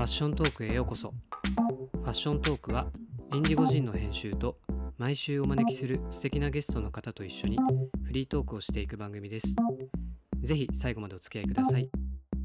ァッショントークへようこそ。ファッショントークはインディゴジンの編集と毎週お招きする素敵なゲストの方と一緒にフリートークをしていく番組です。ぜひ最後までお付き合いください。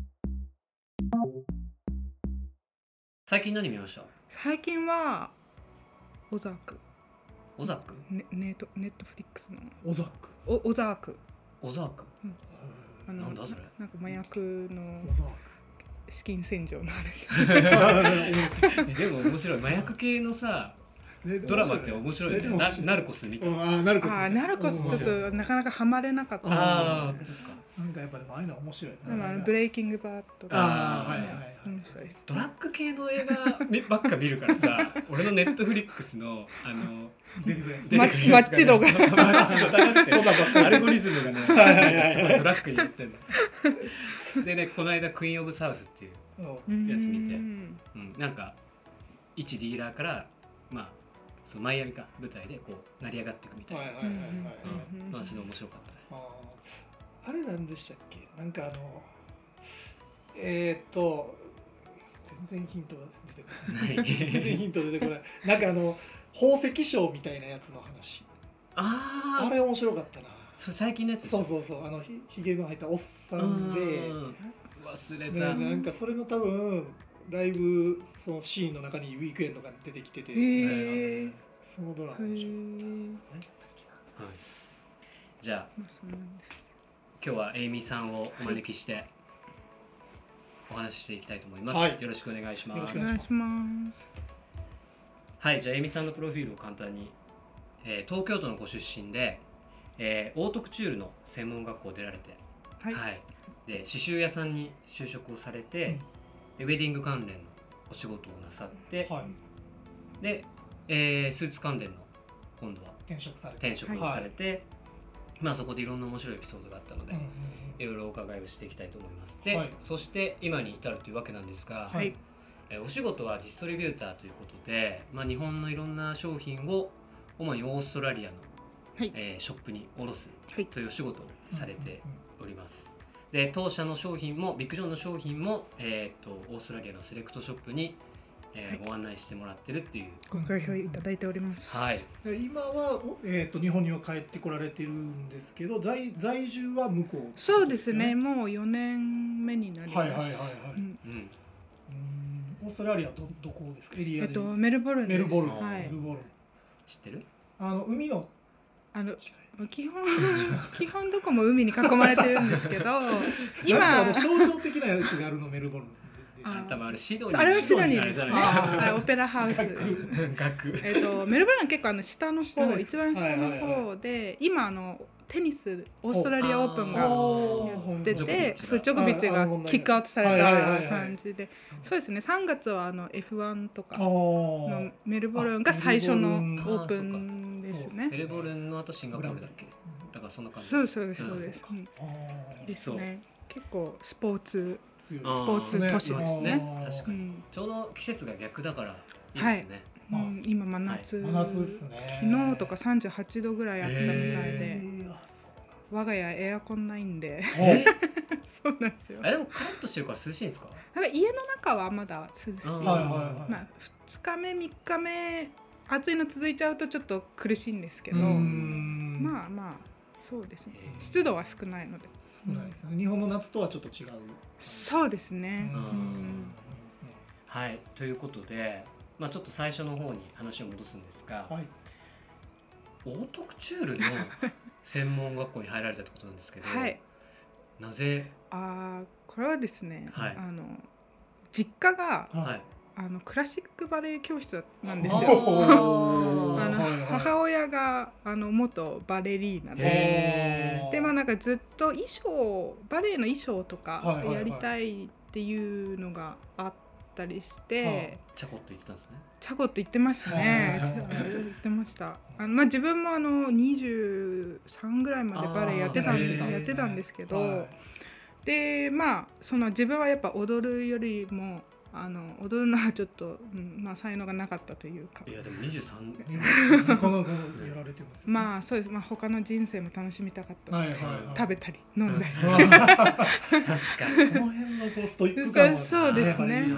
最近何見ました？ 最近はオザーク、 オザック、 ネットフリックスのオザック、 オザーク、 オザーク、なんだそれ？ なんか麻薬のオザーク資金洗浄の話でも面白い。麻薬系のさドラマって面白いね。ナルコスみたいな。 ナルコスちょっとなかなかハマれなかった。 ですか。 なんかやっぱでもああいうの面白いね。 でもブレイキングバッドとかはい面白いです。 ドラッグ系の映画ばっか見るからさ俺のネットフリックスの出てくるやつマッチ度がマッチ度高くてアルゴリズムがねすごいドラッグになってんのでね、この間クイーンオブサウスっていうやつ見て、なんか一ディーラーからまあそのマイアミか舞台でこう成り上がっていくみたいな話で面白かったね。 あれなんでしたっけ、なんか全然ヒントが出てこない全然ヒント出てこないなんか宝石商みたいなやつの話、あれ面白かったな。 最近のやつ。 そうひげの入ったおっさんで忘れた、 なんかそれの多分ライブそのシーンの中にウィークエンドが出てきてて、そのドラマ面白かったね。 じゃあ今日はエイミさんをお招きしてお話ししていきたいと思います、よろしくお願いします。 お願いします。 はい、じゃあエイミさんのプロフィールを簡単に、東京都のご出身で、オートクチュールの専門学校を出られて、で刺繍屋さんに就職をされて、でウェディング関連のお仕事をなさって、で、スーツ関連の今度は転職をされて、まあそこでいろんな面白いエピソードがあったので、いろいろお伺いをしていきたいと思います。で、そして今に至るというわけなんですが、お仕事はディストリビューターということで、まあ、日本のいろんな商品を主にオーストラリアの、ショップに卸すというお仕事をされております。で、当社の商品もビッグジョンの商品も、オーストラリアのセレクトショップにご案内してもらってるっていうご好評いただいております。 今は、日本には帰ってこられてるんですけど、在住は向こう、 そうですね、もう4年目になります。 オーストラリアどこですか、エリアで？ メルボルンです。 メルボルン知ってる？ 海の基本どこも海に囲まれてるんですけど今象徴的なやつがあるのメルボルン。 多分あれシドニー。 あれはシドニーですね。オペラハウスです。メルボルンは結構下の方、一番下の方で、今テニスオーストラリアオープンがやってて、ジョコビッチがキックアウトされた感じで、そうですね。3月はF1 とかのメルボルンが最初のオープンですね。 メルボルンの後シンガポールだっけ？だからそんな感じ。 そうです。ですね。結構スポーツ都市ですね。 確かに。ちょうど季節が逆だからいいですね。 今真夏ですね。 昨日とか38度ぐらいあったみたいで、我が家エアコンないんでそうなんですよ。 でもカラッとしてるから涼しいんですか？ 家の中はまだ涼しい。2日目3日目暑いの続いちゃうとちょっと苦しいんですけど、まあそうですね。湿度は少ないので。 日本の夏とはちょっと違う。 そうですね。 はい、ということで、ちょっと最初の方に話を戻すんですが、オートクチュールの専門学校に入られたってことなんですけど、なぜ？ これはですね、実家がクラシックバレエ教室なんですよ。母親が元バレリーナで、なんかずっとバレエの衣装とかやりたいっていうのがあったりして、 チャコッと言ってたんですね。 チャコッと言ってましたね。言ってました。自分も23ぐらいまでバレエやってたんですけど、でその自分はやっぱ踊るよりも踊るのはちょっと、才能がなかったというか。 いやでも23 なかなかやられてます。 そうです。他の人生も楽しみたかったので、食べたり飲んだり。 確かに。 その辺のストイック感はそうですね。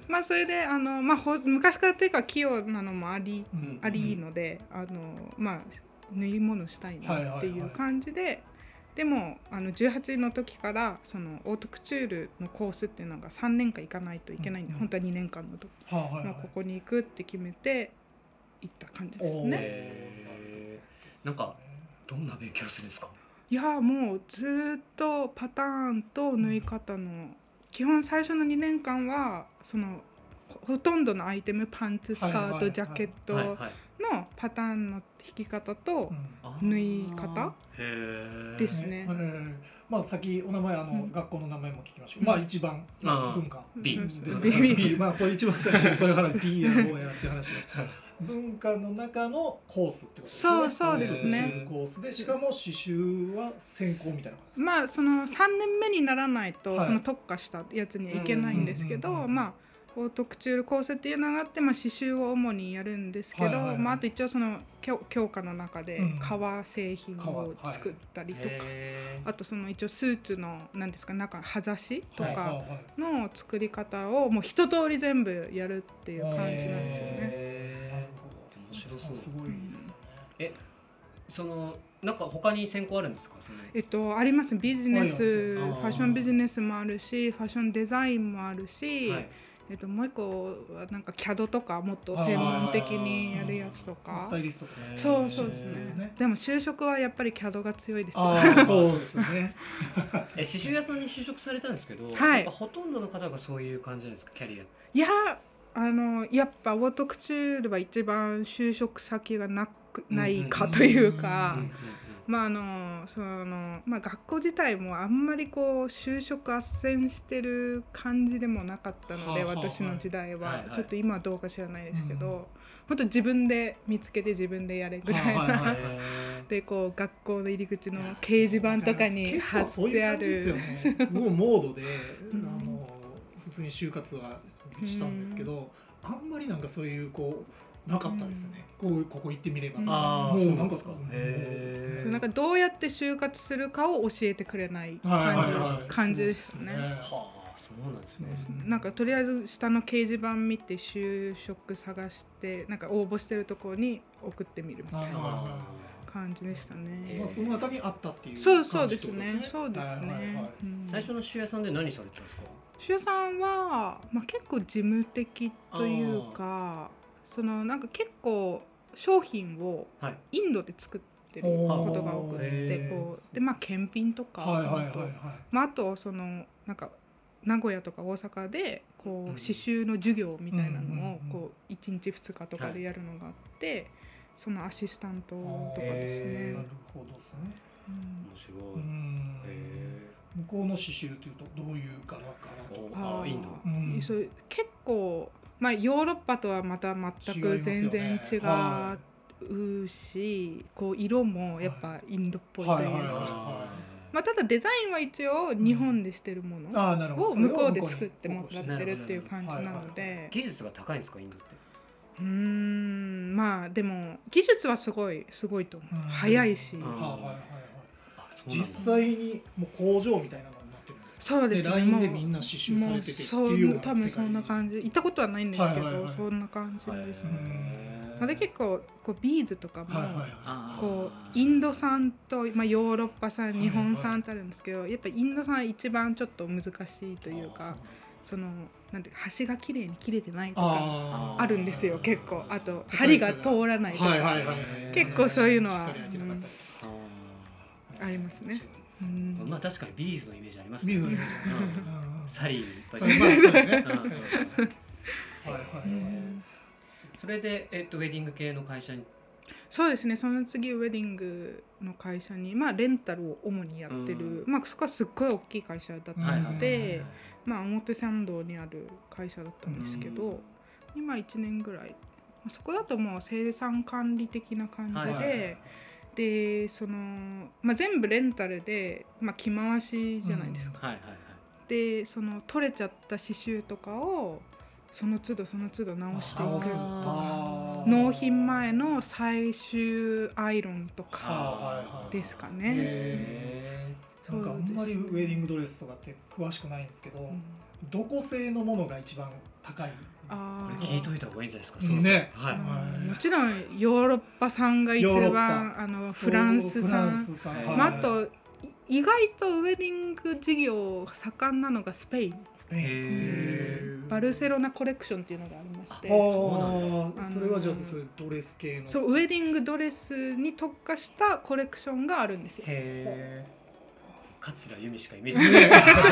まあそれで昔からというか器用なのもありのでまあ縫い物したいなっていう感じで、でも18の時からそのオートクチュールのコースっていうのが3年間行かないといけないんで、本当は2年間の時、まあここに行くって決めて行った感じですね。 なんかどんな勉強するんですか？ いやもうずっとパターンと縫い方の基本最初の2年間はそのほとんどのアイテムパンツスカートジャケットのパターンの引き方と縫い方ですね。 まあ先お名前学校の名前も聞きましたけど、まあ一番文化 B ですね。B まあこれ一番最初にそういう話 B やろうやっていう話で。文化の中のコースってことですね。 そうですね。 コースでしかも刺繍は専攻みたいな感じですか？ まあその3年目にならないとその特化したやつにはいけないんですけど、まあオートクチュールコースっていうのがあって、まあ、刺繍を主にやるんですけど、まあ、あと一応その教科の中で革製品を作ったりとか、あとその一応スーツの何ですか中葉差しとかの作り方をもう一通り全部やるっていう感じなんですよね。 面白そう。すごいですね。そのなんか他に専攻あるんですか？ あります。ビジネス、ファッションビジネスもあるし、ファッションデザインもあるし、もう一個はなんか CAD とかもっと専門的にやるやつとか、 スタイリストとかそうですね。でも就職はやっぱり CAD が強いですよ。 そうですね。 刺繍屋さんに就職されたんですけど、なんかほとんどの方がそういう感じなんですか？キャリア。 いややっぱオートクチュールは一番就職先がないかというか、まあ学校自体もあんまりこう就職斡旋してる感じでもなかったので、私の時代はちょっと今はどうか知らないですけど、本当自分で見つけて自分でやれぐらいなで、こう学校の入り口の掲示板とかに貼ってあるもうモードで普通に就活はしたんですけど、あんまりなんかそういうこうなかったですね。ここ行ってみればとか、もうなんかなんかどうやって就活するかを教えてくれない感じですね。 そうなんですね。 なんかとりあえず下の掲示板見て就職探してなんか応募してるところに送ってみるみたいな感じでしたね。 まあその中にあったっていうそうですね。そうですね。 最初の刺繍屋さんで何されてたんですか？ 刺繍屋さんは結構事務的というか、なんか結構商品をインドで作ってることが多くて、で検品とか、あとなんか名古屋とか大阪でこう刺繍の授業みたいなのをこう1日2日とかでやるのがあって、そのアシスタントとかですね。 なるほどですね。 面白い。 向こうの刺繍というとどういう柄とか？ インド。 それ結構ヨーロッパとはまた全く全然違うし、こう色もやっぱインドっぽいというか、ただデザインは一応日本でしてるものを向こうで作ってもらってるっていう感じなので。 技術が高いんですかインドって？ でも技術はすごいと思う。早いし。 実際にもう工場みたいなのになってるんですか？ そうですね。 ラインでみんな刺繍されててっていうような多分そんな感じ。行ったことはないんですけど、そんな感じですね。で結構こうビーズとかもこうインド産とヨーロッパ産、日本産ってあるんですけど、やっぱインド産一番ちょっと難しいというか、なんて端が綺麗に切れてないとかあるんですよ。結構あと針が通らないとか、結構そういうのはありますね。 確かにビーズのイメージありますね。 ビーズのイメージ。 サリーいっぱい。それでウェディング系の会社に。 そうですね。その次ウェディングの会社にレンタルを主にやってる、そこはすっごい大きい会社だったので、表参道にある会社だったんですけど、今1年ぐらいそこだともう生産管理的な感じで。で全部レンタルで、着回しじゃないですか。で取れちゃった刺繍とかをその都度直していく、納品前の最終アイロンとかですかね。 なんかあんまりウェディングドレスとかって詳しくないんですけど、どこ製のものが一番高い？ これ聞いといた方がいいんじゃないですか。 そうね、 はい、 もちろんヨーロッパ産が一番フランス産、まあ、あと意外とウェディング事業盛んなのがスペイン、バルセロナコレクションっていうのがありまして、 それはじゃあそれドレス系の、 そうウェディングドレスに特化したコレクションがあるんですよ。 桂由美しかイメージない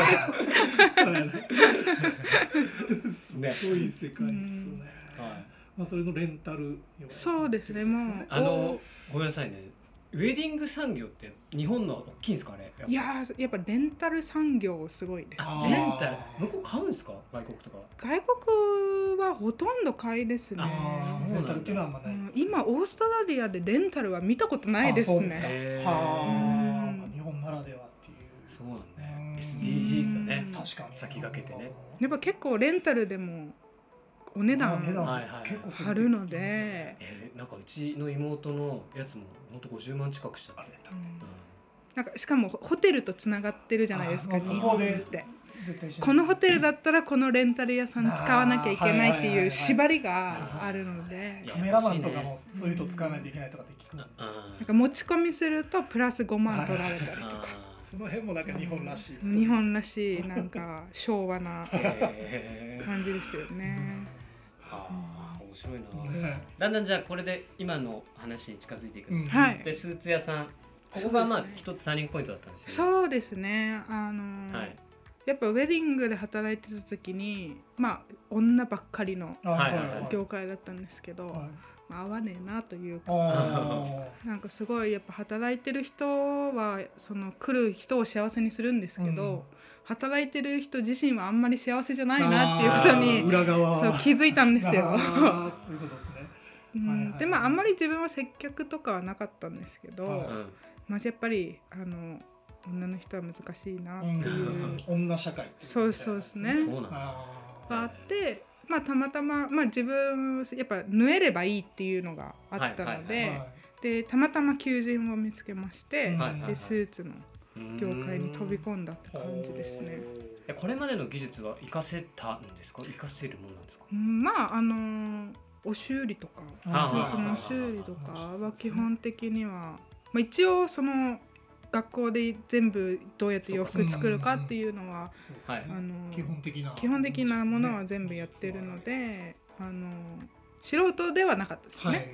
すごい世界ですね。まあそれのレンタル。 そうですね。もうごめんなさいね。ウェディング産業って日本の大きいんですかね。 いややっぱレンタル産業すごいですね。 レンタル向こう買うんですか？外国とか。 外国はほとんど買いですね。 レンタルっていうのはあんまない。 今オーストラリアでレンタルは見たことないですね。 日本ならではっていう。 そうなんね。SDGs だね。 確かに。 先駆けてね。 やっぱ結構レンタルでもお値段張るので、 なんかうちの妹のやつも本当50万近くしちゃって、 なんかしかもホテルとつながってるじゃないですか。 日本でこのホテルだったらこのレンタル屋さん使わなきゃいけないっていう縛りがあるので、 カメラマンとかもそういう人使わないといけないとかって聞く。 なんか持ち込みするとプラス5万取られたりとか、 その辺もなんか日本らしい、 日本らしいなんか昭和な感じですよね。 面白いな。だんだんじゃあこれで今の話に近づいていくんですけど、 でスーツ屋さん、ここがまあ一つターニングポイントだったんですよね。 そうですね。やっぱウェディングで働いてた時にまあ女ばっかりの業界だったんですけど、合わねえなというか、なんかすごいやっぱ働いてる人はその来る人を幸せにするんですけど、働いてる人自身はあんまり幸せじゃないなっていうことにそう気づいたんですよ。そういうことですね。でまああんまり自分は接客とかはなかったんですけど、まあやっぱり女の人は難しいなっていう女社会っていうそうですねがあって、まあたまたままあ自分やっぱ縫えればいいっていうのがあったので、でたまたま求人を見つけまして、でスーツの業界に飛び込んだって感じですね。 これまでの技術は活かせたんですか？活かせるものなんですか？ まあお修理とかスーツの修理とかは基本的には、まあ、一応その学校で全部どうやって洋服作るかっていうのは基本的なものは全部やってるので素人ではなかったですね。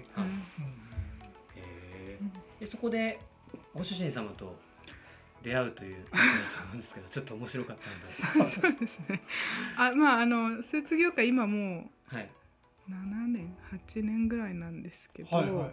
そこでご主人様と出会うというと思うんですけどちょっと面白かったんでそうですね。まあスーツ業界今もう7年8年ぐらいなんですけど、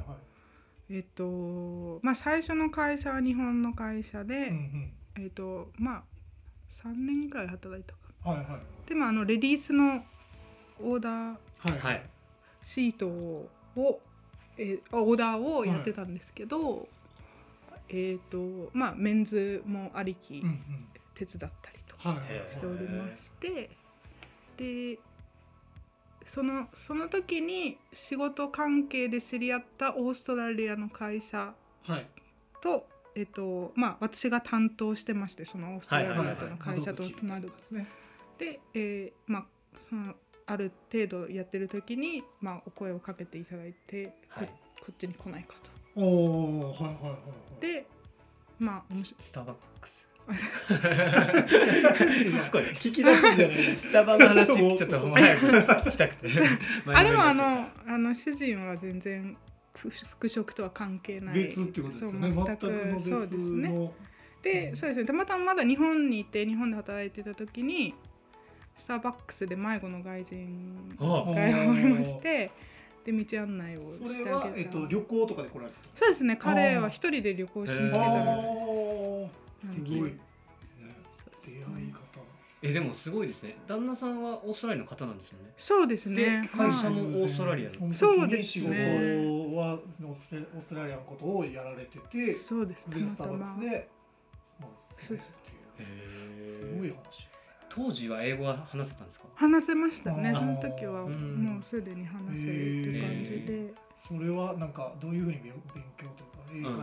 まあ最初の会社は日本の会社で、まあ3年ぐらい働いたか、でもレディースのオーダーシートを、オーダーをやってたんですけど、まあメンズもありき手伝ったりとかしておりまして、でその時に仕事関係で知り合ったオーストラリアの会社と、まあ私が担当してまして、そのオーストラリアとの会社となるで、まあそのある程度やってる時に、まあ、お声をかけていただいて、こっちに来ないかと。で、まあスターバックス聞き出すんじゃないスタバの話ちょっと早く聞きたくてでも主人は全然服飾とは関係ない別ってことですよね。全くの別のそうですね。でそうですね、たまたままだ日本にいて日本で働いてた時にスターバックスで迷子の外人がおりまして、で道案内をしてあげた。 それは、旅行とかで来られた？ そうですね、彼は一人で旅行しに来てたので。すごい、ね、出会い方。 でもすごいですね。旦那さんはオーストラリアの方なんですよね。 そうですね。 会社もオーストラリアの。 そうですね。 仕事はオーストラリアのことをやられてて、 そうですね。 スターバックスで、すごい話。 当時は英語は話せたんですか？ 話せましたね。その時はもうすでに話せるって感じで。 それはなんかどういうふうに勉強というか英会話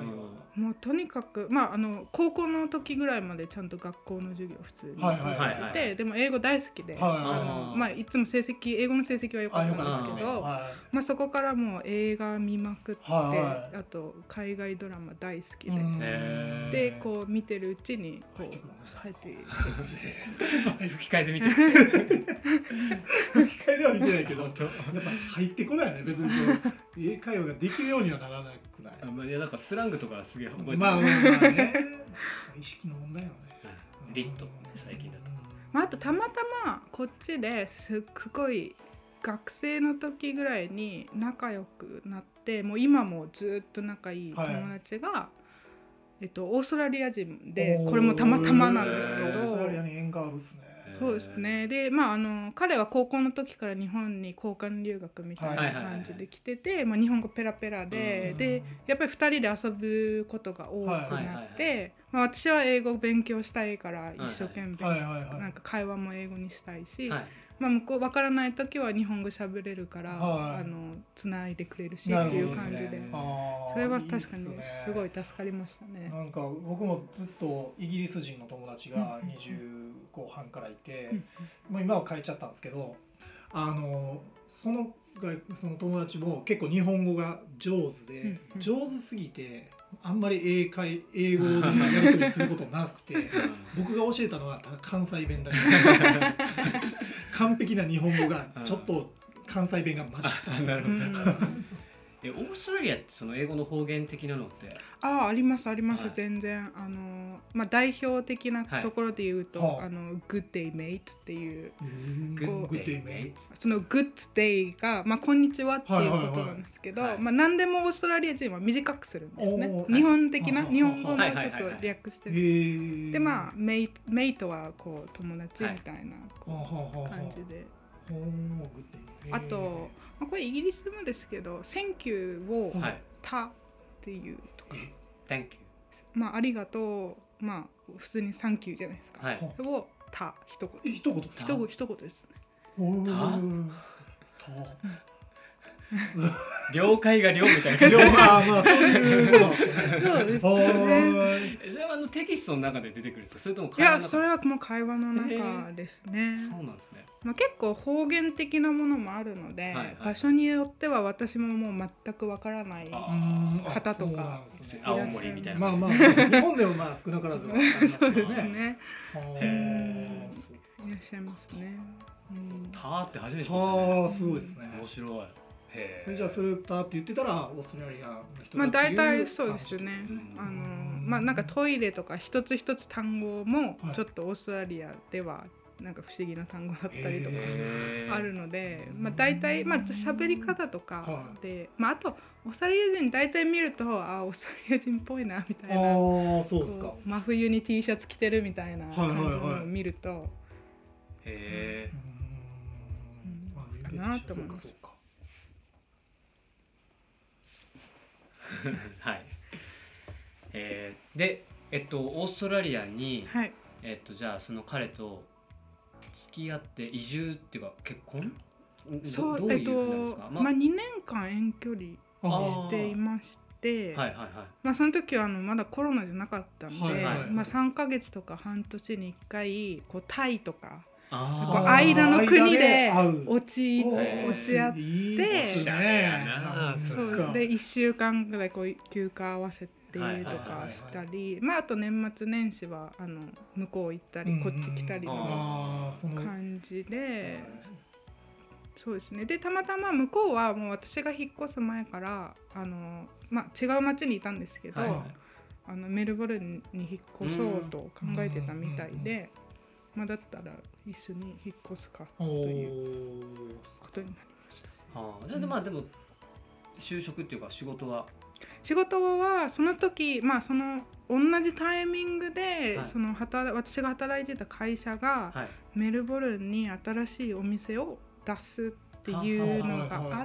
もうとにかく、高校の時ぐらいまでちゃんと学校の授業普通にやってて、でも英語大好きで、いつも英語の成績は良かったんですけど、そこからもう映画見まくって、あと海外ドラマ大好きで、こう見てるうちにこう入って吹き替えで見てる吹き替えでは見てないけどやっぱ入ってこないよね。別に英会話ができるようにはならなくない。 いやなんかスラングとかすげえ覚えてる。 まあね意識の問題よね。 リット最近だと。 あとたまたまこっちですごい学生の時ぐらいに仲良くなって、もう今もずっと仲いい友達が、オーストラリア人で、これもたまたまなんですけど、オーストラリアに縁があるっすね。 そうですね。で彼は高校の時から日本に交換留学みたいな感じで来てて、日本語ペラペラで、やっぱり2人で遊ぶことが多くなって、私は英語を勉強したいから一生懸命なんか会話も英語にしたいし、向こう分からない時は日本語喋れるから、つないでくれるしっていう感じで、それは確かにすごい助かりましたね。 なんか僕もずっとイギリス人の友達が20後半からいて、今は帰っちゃったんですけど、その友達も結構日本語が上手で、上手すぎてあんまり英語でやり取りすることなくて僕が教えたのはただ関西弁だけ完璧な日本語がちょっと関西弁が混じったなるほど。オーストラリアってその英語の方言的なのってあります全然代表的なところで言うと、Good day mate っていうその Good day が、こんにちはっていうことなんですけど、何でもオーストラリア人は短くするんですね。日本的な日本語のちょっと略してでメイトはこう友達みたいな感じで、あとこれイギリスもですけど Thank you をたっていうとか、 Thank you ありがとう、普通に Thank you じゃないですか、それをた一言ですね。 了解が了みたいな感じでそういうことですね。 そうですね。 それはテキストの中で出てくるんですか、それとも会話の中？いや、それはもう会話の中ですね。 そうなんですね。 結構方言的なものもあるので、場所によっては私ももう全くわからない方とか、 青森みたいな。 日本でも少なからずはありますそうですね。いらっしゃいますね。 ターって初めて聞いた。 すごいですね。 面白い。 それじゃあそれターって言ってたらオーストラリアの人だっていう大体そうですね。なんかトイレとか一つ一つ単語もちょっとオーストラリアではなんか不思議な単語だったりとかあるので、大体喋り方とかで、あとオーストラリア人大体見るとオーストラリア人っぽいなみたいな、 そうですか。 真冬に T シャツ着てるみたいな感じのを見ると、かなと思います。 はい。で、オーストラリアに、じゃあその彼と付き合って移住っていうか結婚？ そう、 どういうふうなんですか 2年間遠距離していまして、その時はまだコロナじゃなかったんで、3ヶ月とか半年に1回こうタイとか間の国で落ち合って、そうで1週間ぐらいこう休暇合わせてとかしたり、あと年末年始は向こう行ったりこっち来たりの感じで、そうですね。でたまたま向こうはもう私が引っ越す前から違う町にいたんですけど、メルボルンに引っ越そうと考えてたみたいで、だったら一緒に引っ越すかということになりました。 じゃあでも就職っていうか仕事はその時その同じタイミングで、私が働いてた会社が、メルボルンに新しいお店を出すっていうのがあって、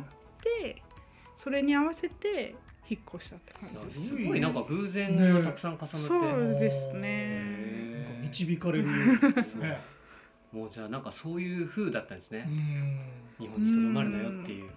それに合わせて引っ越したって感じです。 すごいなんか偶然がたくさん重なって、 そうですね。 導かれるですね。 もうじゃあなんかそういう風だったんですね。日本にとどまるなよっていう。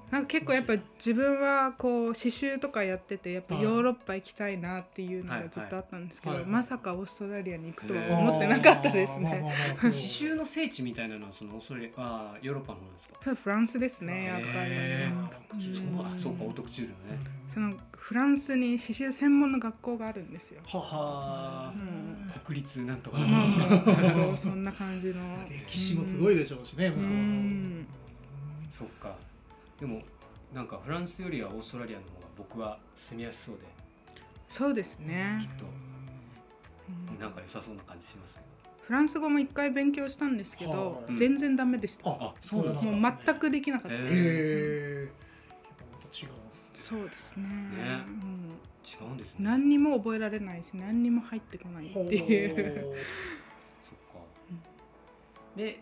なんか結構やっぱ自分はこう刺繍とかやっててやっぱヨーロッパ行きたいなっていうのがずっとあったんですけど、まさかオーストラリアに行くとは思ってなかったですね。 刺繍の聖地みたいなのはそのオーストラリア、ヨーロッパの方ですか？ それフランスですね、やっぱり。 そうか、オートクチュールのね。 そのフランスに刺繍専門の学校があるんですよ。 国立なんとか。 そんな感じの。 歴史もすごいでしょうしね。 そっか。でもなんかフランスよりはオーストラリアの方が僕は住みやすそうで。 そうですね。 きっとなんか良さそうな感じしますけど。 フランス語も一回勉強したんですけど、全然ダメでした。 あ、そうなんですか。もう全くできなかった。 やっぱまた違うんですね。 そうですね。 違うんですね。 何にも覚えられないし、何にも入ってこないっていう。 そっか。で、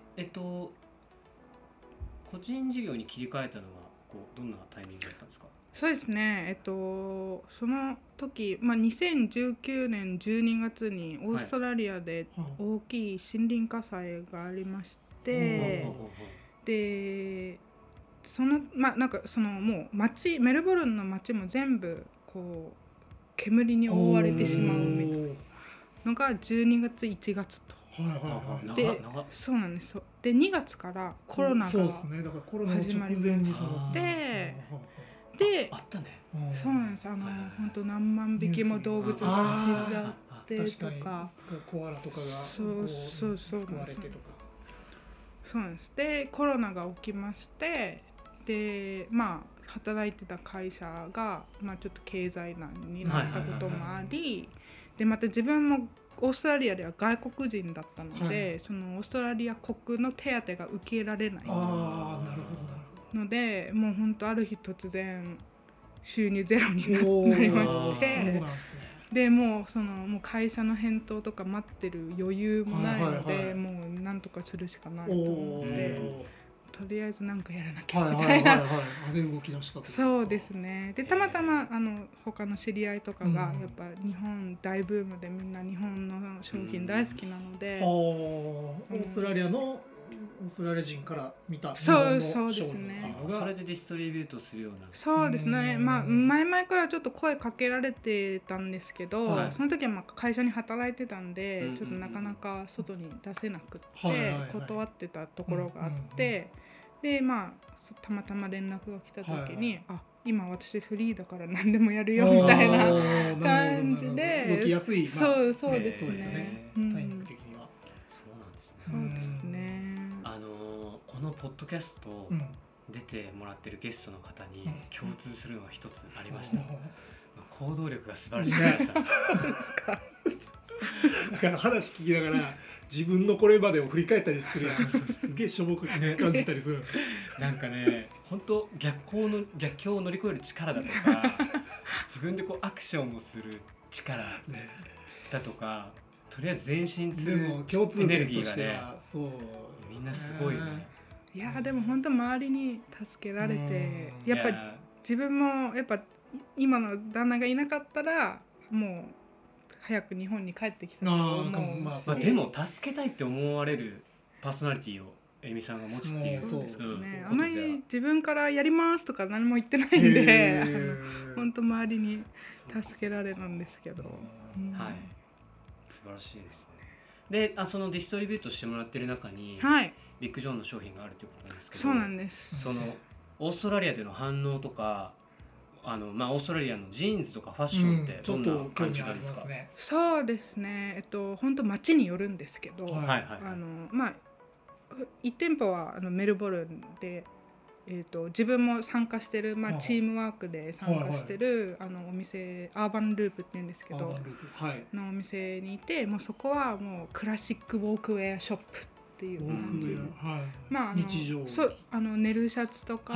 個人事業に切り替えたのはどんなタイミングだったんですか？ そうですね、その時、2019年12月にオーストラリアで大きい森林火災がありまして、でなんかそのもうメルボルンの街も全部こう煙に覆われてしまうみたいなのが12月1月と。で、そうなんです。で2月からコロナが始まりましてで、そうなんです。本当何万匹も動物が死んじゃってとか、 コアラとかが救われてとか。 そうなんです。でコロナが起きまして、で働いてた会社がちょっと経済難になったこともあり、でまた自分もオーストラリアでは外国人だったので、そのオーストラリア国の手当が受けられないので、もう本当ある日突然収入ゼロになりまして、でもう会社の返答とか待ってる余裕もないので、もうなんとかするしかないと思って、とりあえず何かやらなきゃみたいな。 で動き出した。 そうですね。でたまたま他の知り合いとかがやっぱ日本大ブームでみんな日本の商品大好きなので、 オーストラリア人から見た日本の商品っていうのが、 それでディストリビュートするような。 そうですね。前々からちょっと声かけられてたんですけど、その時は会社に働いてたんで、ちょっとなかなか外に出せなくって断ってたところがあって、でたまたま連絡が来た時に、今私フリーだから何でもやるよみたいな感じで、 動きやすい。 そうですね。 タイミング的には。 そうなんですね。 そうですね。 このポッドキャスト出てもらってるゲストの方に共通するのが一つありました。行動力が素晴らしい皆さん。 だから話聞きながら自分のこれまでを振り返ったりするやん。すげえしょぼく感じたりする。 なんかね、本当逆境を乗り越える力だとか、自分でアクションをする力だとか、とりあえず前進するエネルギーがね、みんなすごいね。 いやでも本当周りに助けられて、やっぱ自分もやっぱ今の旦那がいなかったらもう早く日本に帰ってきたと思う。 でも助けたいって思われるパーソナリティをえみさんが持つっていう。 そうですね。あまり自分からやりますとか何も言ってないんで、本当周りに助けられるんですけど。はい。 素晴らしいですね。で、そのディストリビュートしてもらってる中に、ビッグジョンの商品があるということなんですけど、 そうなんです。 そのオーストラリアでの反応とか、オーストラリアのジーンズとかファッションってどんな感じなんですか？ そうですね。本当街によるんですけど、1店舗はメルボルンで。自分も参加してる、チームワークで参加してるお店、アーバンループっていうんですけど、のお店にいて、もうそこはもうクラシックウォークウェアショップっていう感じ、 日常、 寝るシャツとか、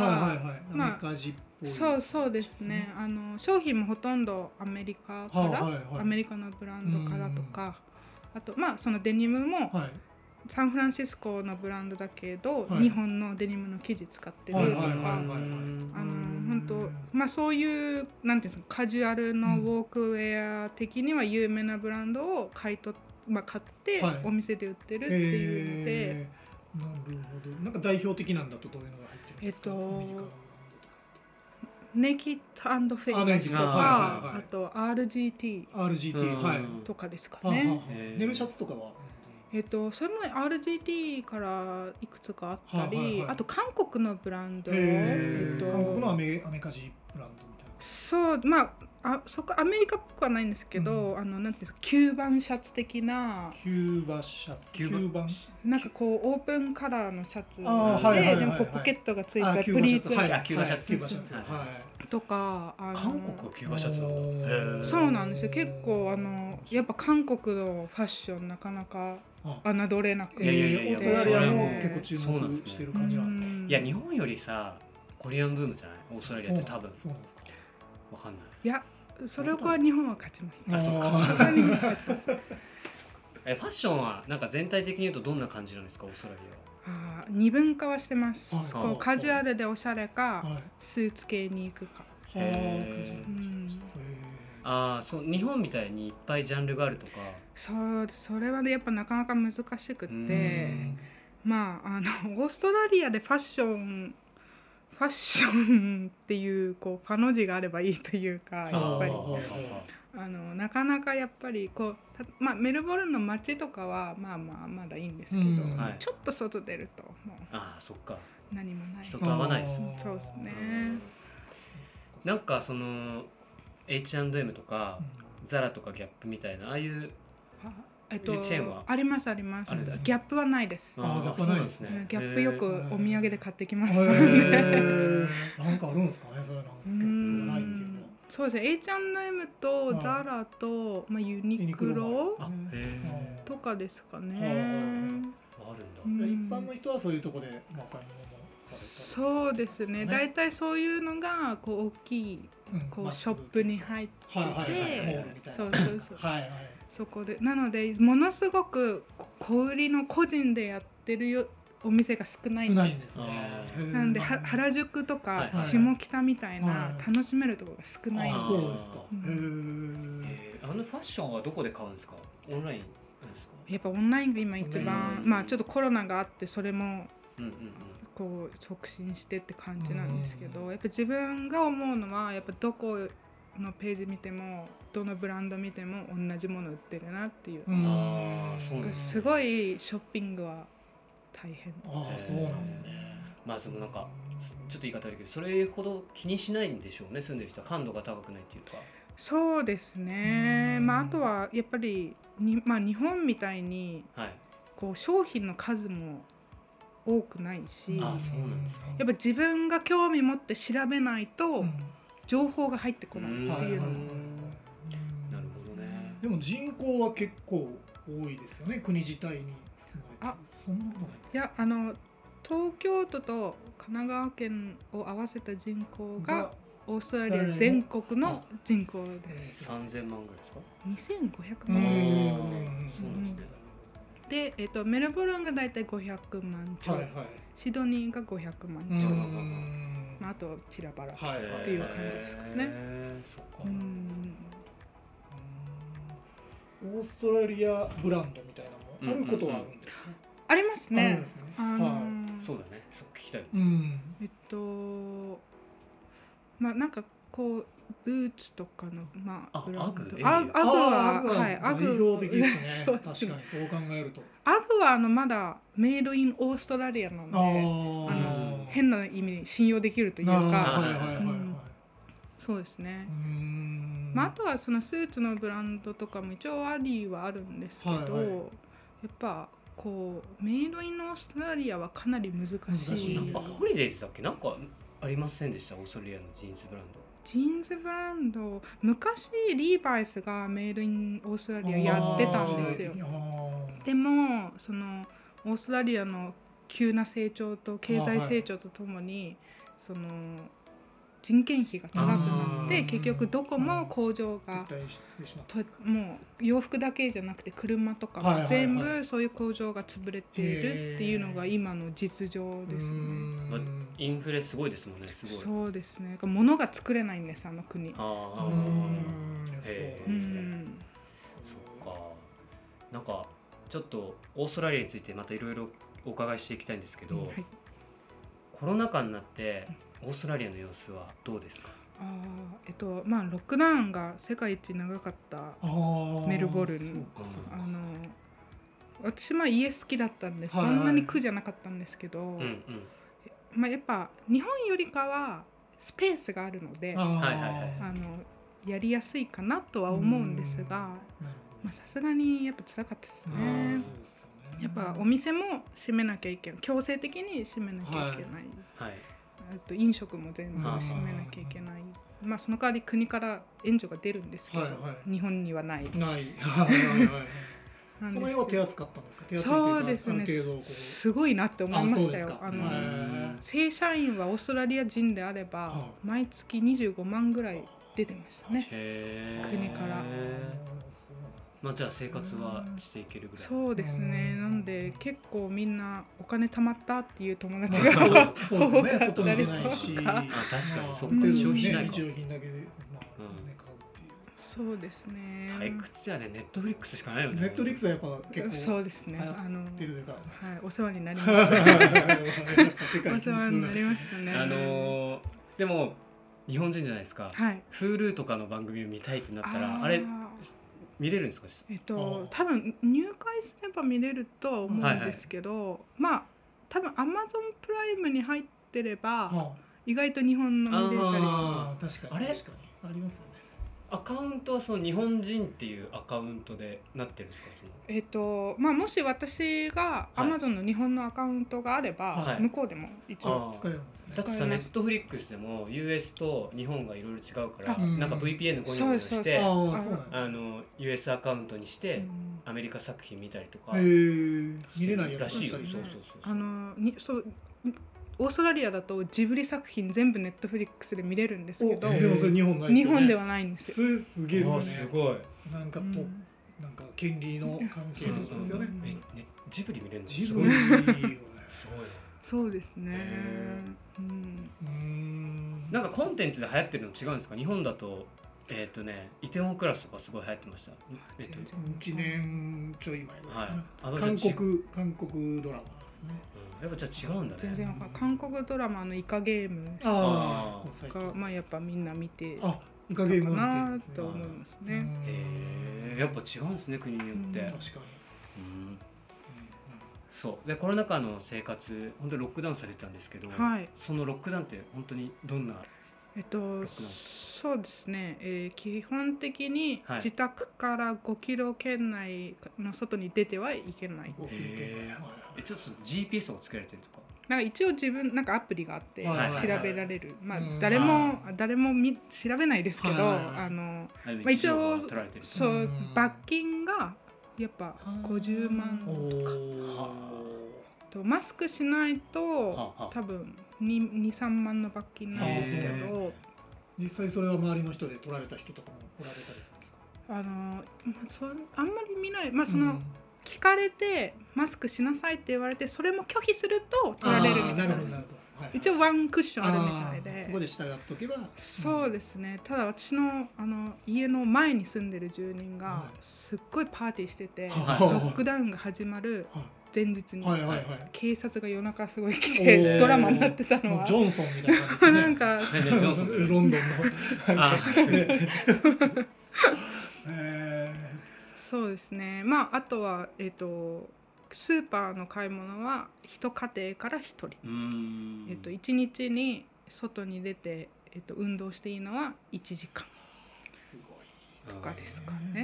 そうですね。商品もほとんどアメリカから、アメリカのブランドからとか、あとそのデニムもサンフランシスコのブランドだけど、日本のデニムの生地使ってるとか、本当そういうなんていうんですか、カジュアルのウォークウェア的には有名なブランドを買ってお店で売ってるっていうので、 なるほど。なんか代表的なんだとどういうのが入ってるんですか？ ネキッド&フェイマスとか、あと RGT とかですかね。 寝るシャツとかはそれも RGT からいくつかあったり、あと韓国のブランド、 韓国のアメカジブランドみたいな。 そう、まあそこアメリカっぽくはないんですけど、なんていうんですか、吸盤シャツ的な、 吸盤シャツ、吸盤なんかこうオープンカラーのシャツで、でもこうポケットがついたプリーツ、 キューバシャツとか、 韓国のキューバシャツなんだ。 そうなんですよ。結構やっぱ韓国のファッションなかなか侮れなくて、 オーストラリアも結構注目してる感じなんですか。 いや日本よりさコリアンブームじゃないオーストラリアって多分。 そうなんですか。 わかんない。 いやそれは日本は勝ちますね。 そうですか。 日本は勝ちます。 ファッションはなんか全体的に言うとどんな感じなんですかオーストラリアは。 二分化はしてます。こうカジュアルでおしゃれか、スーツ系に行くか。 そう日本みたいにいっぱいジャンルがあるとか。 それはねやっぱなかなか難しくて、まあオーストラリアでファッションっていうこうファの字があればいいというか、やっぱりなかなかやっぱりこうメルボルンの街とかはまだいいんですけど、ちょっと外出るともうそっか何もない。 人と会わないです。 そうですね。 なんかその H&M とかザラとかギャップみたいなああいうチェーンはあります。ギャップはないです。 ギャップないですね。 ギャップよくお土産で買ってきます。 なんかあるんですかね、それなんかないっていうのは。 そうですね。H&M とザラとユニクロとかですかね。 あるんだ。 一般の人はそういうところでお買い物もされたり。 そうですね。だいたいそういうのがこう大きいこうショップに入ってて、そこでなのでものすごく小売りの個人でやってるお店が少ないんです。なので原宿とか下北みたいな楽しめるところが少ないんです。 そうですか。 ファッションはどこで買うんですか？オンラインですか？ やっぱオンラインが今一番ちょっとコロナがあってそれもこう促進してって感じなんですけど、やっぱ自分が思うのはやっぱどこのページ見てもどのブランド見ても同じもの売ってるなっていう。すごいショッピングは大変。 そうなんですね。 そのなんかちょっと言い方悪いけどそれほど気にしないんでしょうね。住んでる人は感度が高くないっていうか。 そうですね。あとはやっぱり日本みたいにこう商品の数も多くないし、やっぱ自分が興味持って調べないと情報が入ってこないっていうの。 なるほどね。 でも人口は結構多いですよね。国自体に住まれてる。そんなことない。 いや東京都と神奈川県を合わせた人口がオーストラリア全国の人口です。 3000万ぐらいですか ？2500万ぐらいですかね。で、メルボルンがだいたい500万ちょい、シドニーが500万ちょい、あと散らばらっていう感じですかね。 オーストラリアブランドみたいなのもあることはあるんですか？ ありますね。 そうだね。そう聞きたい。 なんかこうブーツとかのブランド。 アグは代表的ですね。確かにそう考えると。 アグはまだメイドインオーストラリアなので、変な意味に信用できるというか、そうですね。あとはそのスーツのブランドとかも一応ありはあるんですけど、やっぱこうメイドインオーストラリアはかなり難しい。 ホリデイズだっけなんかありませんでしたオーストラリアのジーンズブランド。 ジーンズブランド昔リーバイスがメイドインオーストラリアやってたんですよ。でもそのオーストラリアの急な成長と経済成長とともにその人件費が高くなって結局どこも工場がもう洋服だけじゃなくて車とかも全部そういう工場が潰れているっていうのが今の実情ですね。 インフレすごいですもんね。すごい。 そうですね。物が作れないんです国。 そっか。なんかちょっとオーストラリアについてまたいろいろお伺いしていきたいんですけど、コロナ禍になってオーストラリアの様子はどうですか？ まあロックダウンが世界一長かったメルボルン、私は家好きだったんで、そんなに苦じゃなかったんですけど、まあやっぱ日本よりかはスペースがあるので、やりやすいかなとは思うんですが、さすがにやっぱ辛かったですね。やっぱお店も閉めなきゃいけない、強制的に閉めなきゃいけない、飲食も全部閉めなきゃいけない、まあその代わり国から援助が出るんですけど、日本にはない。 その辺は手厚かったんですか？ そうですね、すごいなって思いましたよ。正社員はオーストラリア人であれば毎月25万ぐらい出てましたね、国から。 まあ、じゃあ生活はしていけるぐらい。 そうですね。なんで結構みんなお金貯まったっていう友達が多かったりとか。 確かにそうか、消費しないか。 日用品だけで買うっていう。 そうですね。 退屈じゃね、ネットフリックスしかないよね。 ネットフリックスはやっぱ結構そうですね。お世話になりました。お世話になりましたね。 でも日本人じゃないですか。Hulu とかの番組を見たいってなったらあれ見れるんですか？ 多分入会すれば見れるとは思うんですけど、まあ多分 Amazon プライムに入ってれば意外と日本の見れたりします。 確かにありますよね。 アカウントはその日本人っていうアカウントでなってるんですか？ まあもし私が Amazon の日本のアカウントがあれば、向こうでも一応使えるんですね。 だってさ、ネットフリックスでも US と日本がいろいろ違うから、なんか VPN ゴニョゴニョしてUS アカウントにしてアメリカ作品見たりとか見れないやつらしいよ。 そうオーストラリアだとジブリ作品全部ネットフリックスで見れるんですけど、 でもそれ日本ないですよね。 日本ではないんですよ。 それすげえですね。 すごい。 なんか権利の関係とかですよね。 ジブリ見れるの？ ジブリすごい。 そうですね。 なんかコンテンツで流行ってるの違うんですか？日本だとイテウォンクラスとかすごい流行ってました。 1年ちょい前ぐらいかな。韓国ドラマですね。 やっぱじゃあ違うんだね。 全然韓国ドラマのイカゲームがまあやっぱみんな見てイカゲームかなと思いますね。 やっぱ違うんですね、国によって。 確かに。 そうでコロナ禍の生活本当にロックダウンされてたんですけど、そのロックダウンって本当にどんなそうですね、基本的に自宅から5キロ圏内の外に出てはいけない。 ちょっと GPS をつけられてるとか。 なんか一応自分なんかアプリがあって調べられる。まあ誰も調べないですけど、一応そう罰金がやっぱ50万とか。マスクしないと多分2、3万の罰金なんですけど。 実際それは周りの人で取られた人とかもおられたりするんですか？ あんまり見ない。聞かれてマスクしなさいって言われてそれも拒否すると取られるみたいな。一応ワンクッションあるみたいで。 そこで従っとけば。 そうですね。ただ私の家の前に住んでる住人がすっごいパーティーしてて、ロックダウンが始まる前日に警察が夜中すごい来てドラマになってたのはジョンソンみたいな感じですね。 なんかロンドンのそうですね。あとはスーパーの買い物は一家庭から1人、1日に外に出て運動していいのは1時間とかですかね。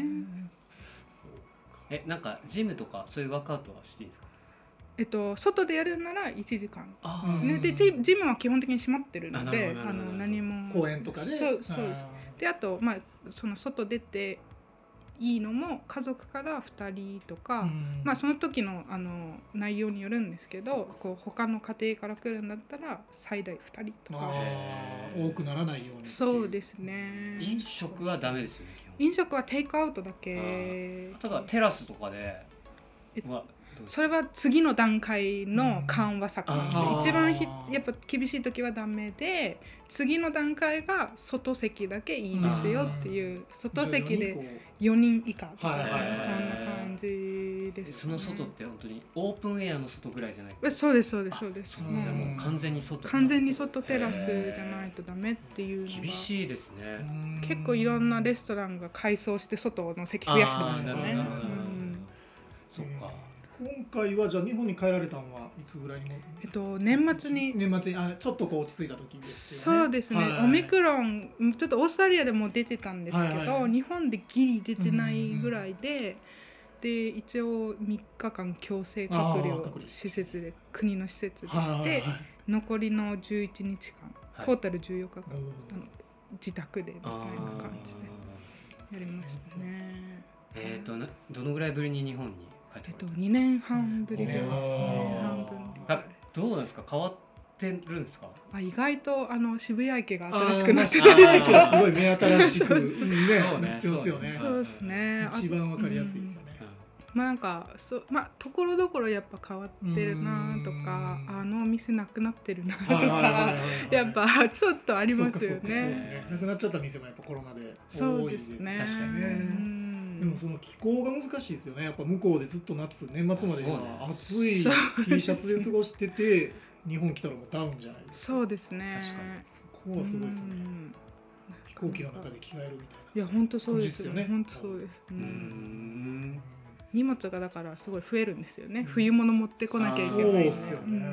なんかジムとかそういうワークアウトはしていいですか？ 外でやるなら1時間ですね。でジムは基本的に閉まってるので何も公園とかでそうです。であとその外出ていいのも家族から2人とか、その時の内容によるんですけど、他の家庭から来るんだったら最大2人とか多くならないように。 そうですね。 飲食はダメですよね。 飲食はテイクアウトだけ。 ただテラスとかでそれは次の段階の緩和策なんですよ。一番やっぱ厳しい時はダメで、次の段階が外席だけいいですよっていう、外席で4人以下とか、そんな感じです、ね。 その外って本当にオープンエアの外ぐらいじゃない？ そうですそうですそうです。 もう完全に外テラスじゃないとダメっていうのが厳しいですね。 結構いろんなレストランが改装して外の席増やしてましたね。 そっか。 今回はじゃあ日本に帰られたのはいつぐらいにも？ 年末にちょっとこう落ち着いた時ですよね。そうですね、オミクロンちょっとオーストラリアでも出てたんですけど、日本でギリ出てないぐらいで、で一応3日間強制隔離を施設で国の施設でして、残りの11日間、トータル14日間自宅でみたいな感じでやりましたね。 どのぐらいぶりに日本に 2年半ぶりで、 どうなんですか？変わってるんですか？ 意外と渋谷駅が新しくなってたりとか、 すごい目新しくねってますよね。 そうですね。 一番わかりやすいですよね。 なんかところどころやっぱ変わってるなとか、お店なくなってるなとか、やっぱちょっとありますよね。 なくなっちゃった店もやっぱコロナで多いですね。 確かにね。でもその気候が難しいですよね。やっぱ向こうでずっと年末までは暑い T シャツで過ごしてて、日本来たらもうダウンじゃないですか。 そうですね。 確かにそこはすごいですよね。飛行機の中で着替えるみたいな。 いや本当そうですよね。本当そうです。荷物がだからすごい増えるんですよね。冬物持ってこなきゃいけない。そうですよね。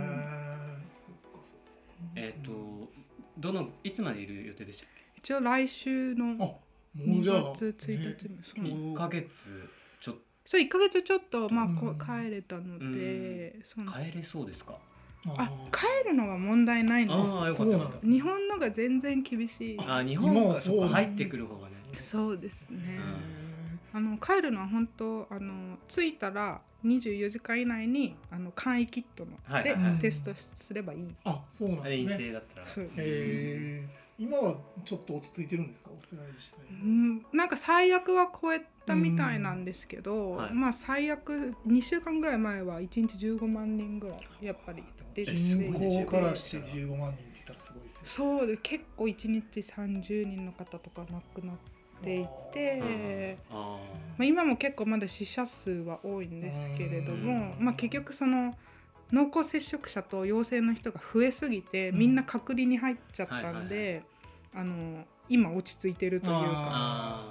いつまでいる予定でしたっけ？ 一応来週の2月1日 1ヶ月ちょっと。 そう1ヶ月ちょっと帰れたので、 帰れそうですか？ 帰るのは問題ないんです。日本のが全然厳しい。 日本が入ってくる方がね。 そうですね。帰るのは本当着いたら24時間以内に簡易キットのでテストすればいい。 そうなんですね。 陰性だったら。 今はちょっと落ち着いてるんですか？オーストラリア自体。 なんか最悪は超えたみたいなんですけど、最悪2週間ぐらい前は1日15万人ぐらいやっぱり出てて、 人口からして15万人って言ったらすごいですよね。 そうで結構1日30人の方とか亡くなっていて、今も結構まだ死者数は多いんですけれども、結局その濃厚接触者と陽性の人が増えすぎて、みんな隔離に入っちゃったんで、今落ち着いてるというか。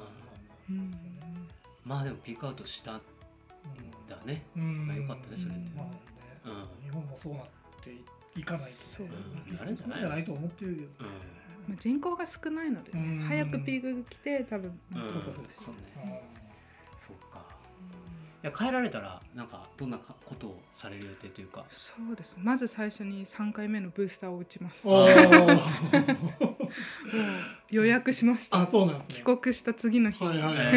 でもピークアウトしたんだね。よかったねそれで。 日本もそうなっていかないとね。 あるんじゃない？ じゃないと思ってるけど。 人口が少ないので早くピークが来て多分。 そうか。帰られたらなんかどんなことをされる予定というか。 そうです。まず最初に3回目のブースターを打ちます。予約しました。 そうなんですね。 帰国した次の日。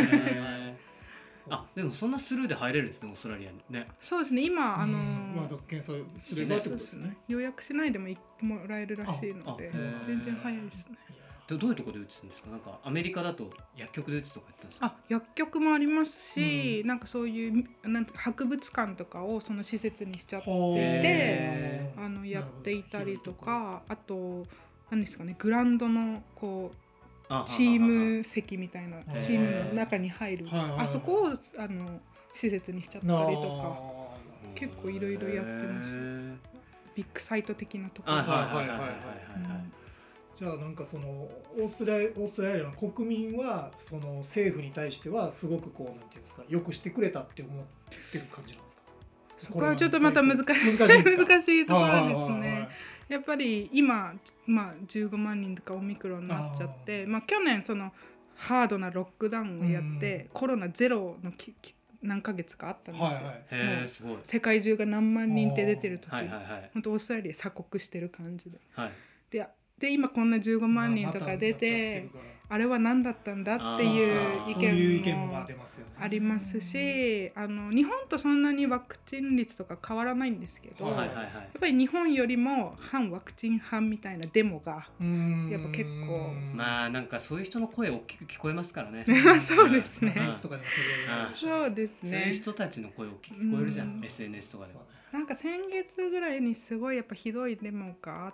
でもそんなスルーで入れるんですね、オーストラリアにね。 そうですね。今検査すればってことですね。 予約しないでももらえるらしいので全然早いですね。 どういうところで打つんですか？なんかアメリカだと薬局で打つとか言ったんですか？ 薬局もありますし、なんかそういう博物館とかをその施設にしちゃってやっていたりとか、あと何ですかね、グラウンドのこうチーム席みたいなチームの中に入るそこを施設にしちゃったりとか結構いろいろやってます。ビッグサイト的なところ。 じゃあなんかそのオーストラリアの国民はその政府に対してはすごくこうなんていうんですか、よくしてくれたって思ってる感じなんですか？ そこはちょっとまた難しいところですね。やっぱり今15万人とかオミクロンになっちゃって、去年そのハードなロックダウンをやってコロナゼロの何ヶ月かあったんですよ。もう世界中が何万人って出てる時に本当オーストラリア鎖国してる感じで。で今こんな15万人とか出てあれは何だったんだっていう意見もありますし、日本とそんなにワクチン率とか変わらないんですけど、やっぱり日本よりも反ワクチン派みたいなデモがやっぱ結構まあなんかそういう人の声大きく聞こえますからねそうですね、そうですね、 そういう人たちの声大きく聞こえるじゃん、SNS とかでも。なんか先月ぐらいにすごいやっぱひどいデモがあって、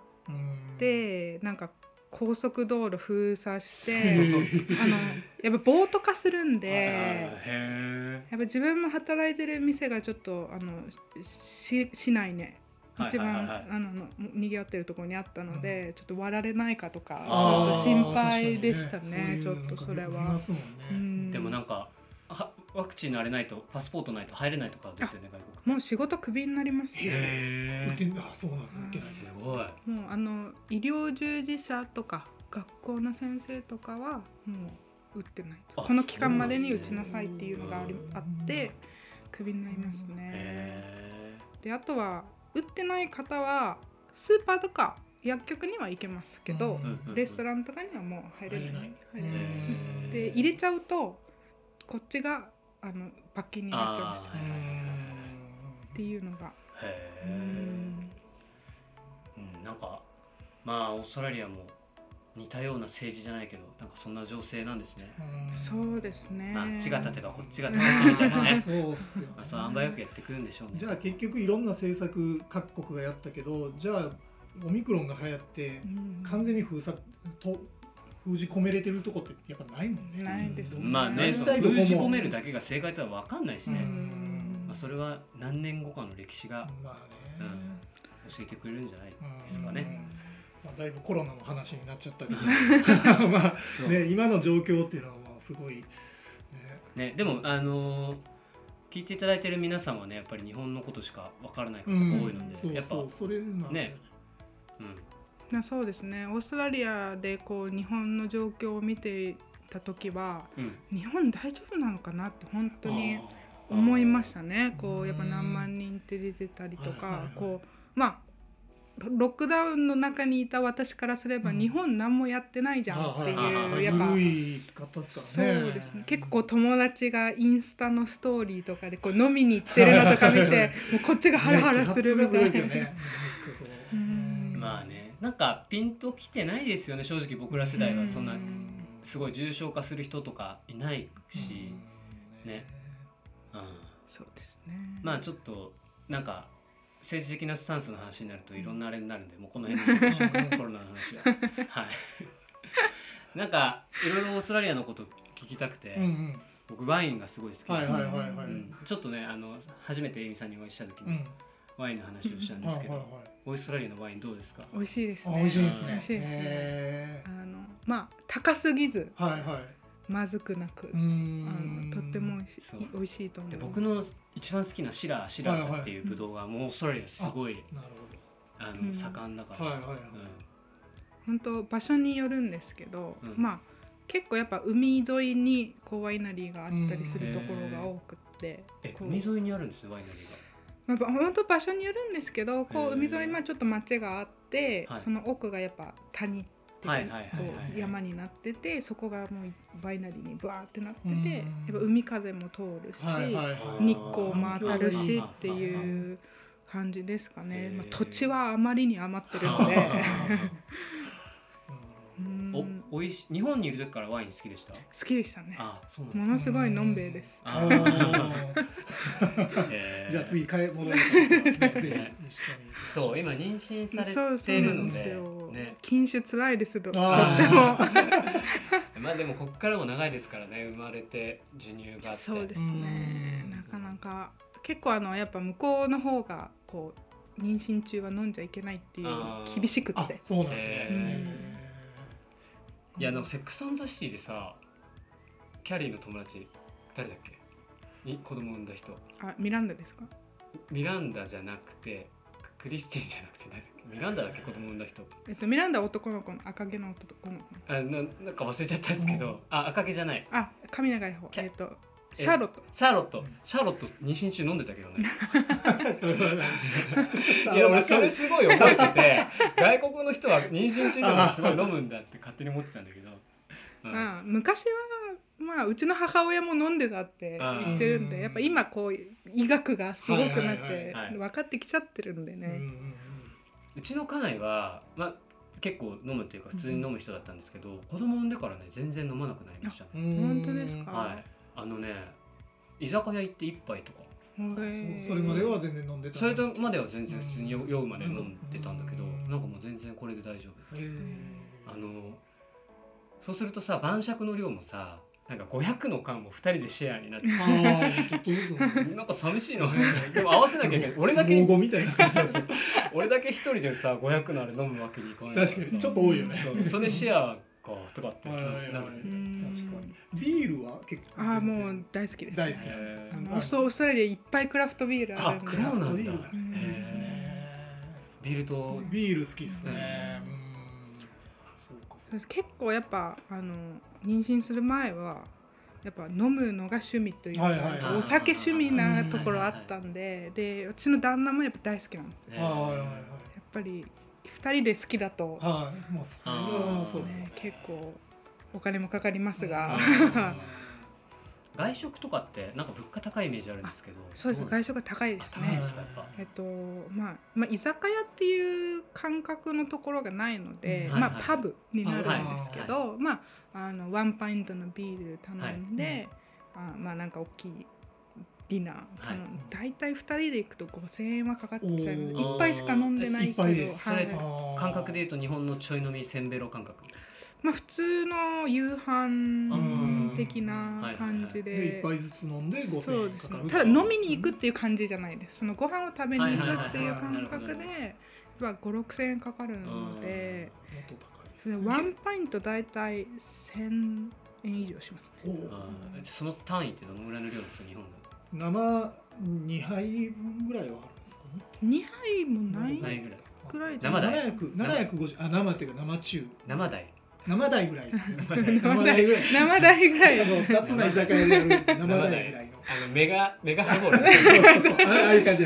なんか高速道路封鎖してやっぱ暴徒化するんで、やっぱ自分も働いてる店がちょっと市内ね一番にぎわってるところにあったので、ちょっと割られないかとかちょっと心配でしたね。ちょっとそれはでもなんかワクチンのあれないとパスポートないと入れないとかですよね、外国。 もう仕事クビになりますよ。 そうなんですね。 すごい。もう医療従事者とか学校の先生とかはもう打ってない。この期間までに打ちなさいっていうのがあってクビになりますね。であとは打ってない方はスーパーとか薬局には行けますけど、レストランとかにはもう入れないですね。で入れちゃうとこっちが罰金になっちゃうんですよ、っていうのが。 なんかまあオーストラリアも似たような政治じゃないけどなんかそんな情勢なんですね。 そうですね。 あっちが立てばこっちが立つみたいなね。 そうっすよね。 そう塩梅よくやってくるんでしょうね。 じゃあ結局いろんな政策各国がやったけど、じゃあオミクロンが流行って完全に封じ込めれてるとこってやっぱないもんね。 ないですね。 まあね、封じ込めるだけが正解とは分かんないしね。それは何年後かの歴史が教えてくれるんじゃないですかね。 だいぶコロナの話になっちゃったけどまあね、今の状況っていうのはすごいね。でも聞いていただいている皆さんはね、やっぱり日本のことしか分からない方が多いので、やっぱそれね。 そうですね。オーストラリアでこう日本の状況を見ていた時は、日本大丈夫なのかなって本当に思いましたね。こうやっぱ何万人って出てたりとか、こうまあロックダウンの中にいた私からすれば、日本何もやってないじゃんっていうやっぱそうですね。結構こう友達がインスタのストーリーとかでこう飲みに行ってるのとか見てもうこっちがハラハラするみたいな。 まあね、なんかピンときてないですよね。正直僕ら世代はそんなすごい重症化する人とかいないしね。 そうですね。 まあちょっとなんか政治的なスタンスの話になるといろんなあれになるんで、もうこの辺にしましょうか。コロナの話ははいなんかいろいろオーストラリアのこと聞きたくて、僕ワインがすごい好きで、ちょっとね初めてエイミさんにお会いした時にワインの話をしたんですけど、オーストラリアのワインどうですか？ 美味しいですね。 美味しいですね。 美味しいですね。まあ高すぎず、まずくなく、とっても美味しいと思う。 僕の一番好きなシラーズっていうブドウがもうオーストラリアすごい盛んだから。 本当場所によるんですけど、まあ結構やっぱ海沿いにこうワイナリーがあったりするところが多くて、 海沿いにあるんですね、ワイナリーが。 本当場所によるんですけど、こう海沿いちょっと町があって、その奥がやっぱ谷ってこう山になってて、そこがもうワイナリーにバーってなってて、やっぱ海風も通るし、日光も当たるしっていう感じですかね。土地はあまりに余ってるのでおいし日本にいる時からワイン好きでした？ 好きでしたね。ものすごいのんべいです。 じゃあ次戻りましょう。ぜひ一緒に。 そう、今妊娠されているのでね、禁酒つらいですとってもまあでもここからも長いですからね、生まれて授乳があって。 そうですね。なかなか結構やっぱ向こうの方がこう妊娠中は飲んじゃいけないっていう厳しくって。 そうなんですね。 いやセックス・アン・ザ・シティでさ、キャリーの友達誰だっけに子供産んだ人。 ミランダですか？ ミランダじゃなくてクリスティンじゃなくてミランダだっけ、子供産んだ人。 ミランダは男の子の赤毛の男の子。 なんか忘れちゃったんですけど、赤毛じゃない。 髪長い方。シャーロット妊娠中飲んでたけどねそれはいや俺それすごい覚えてて外国の人は妊娠中でもすごい飲むんだって勝手に思ってたんだけど、 まあ、昔はまあうちの母親も飲んでたって言ってるんで、やっぱ今こう医学がすごくなって分かってきちゃってるんでね。 うちの家内は、まあ、結構飲むっていうか普通に飲む人だったんですけど、子供産んでからね全然飲まなくなりましたね。 本当ですか？ はい、居酒屋行って1杯とか、 それまでは全然飲んでた。 それまでは全然普通に酔うまで飲んでたんだけど、なんかもう全然これで大丈夫。そうするとさ、晩酌の量もさ、なんか500の缶も2人でシェアになってちょっとずつなんか寂しいのでも合わせなきゃいけない。俺だけ老後みたいな俺だけ一人でさ500のあれ飲むわけにいかない。 確かにちょっと多いよね。 それシェアかとかってなる。 確かに。ビールは結構もう大好きです。 大好きなんです。オーストラリアいっぱいクラフトビールあるんで。 そうなんだ。 いいですね。 ビールとビール好きっすね。 結構やっぱ妊娠する前はやっぱ飲むのが趣味というか、お酒趣味なところあったんで、で私の旦那もやっぱ大好きなんですよ。やっぱり2人で好きだと、そうですね、結構お金もかかりますが。 外食とかってなんか物価高いイメージあるんですけど。 そうです。外食が高いですね。まあ居酒屋っていう感覚のところがないので、まあパブになるんですけど、まあワンパイントのビール頼んで、まあなんか大きいディナー頼んで、だいたい2人で行くと5000円はかかっちゃうので、1杯しか飲んでないけど、 それ感覚でいうと日本のちょい飲みせんべろ感覚です。 まあ普通の夕飯的な感じで、 1杯ずつ飲んで5000円かかる。 ただ飲みに行くっていう感じじゃないです。そのご飯を食べに行くっていう感覚で5、6,000円かかるので、ワンパイントだいたい1000円以上しますね。 その単位ってどのぐらいの量ですか、日本生2杯分ぐらいはあるんですかね。 2杯もないぐらいじゃない。 750、生っていうか生中。生台ぐらいですよ。 生台ぐらい。 雑な居酒屋でやる生台ぐらいの。 メガハイボール。 そうああいう感じで。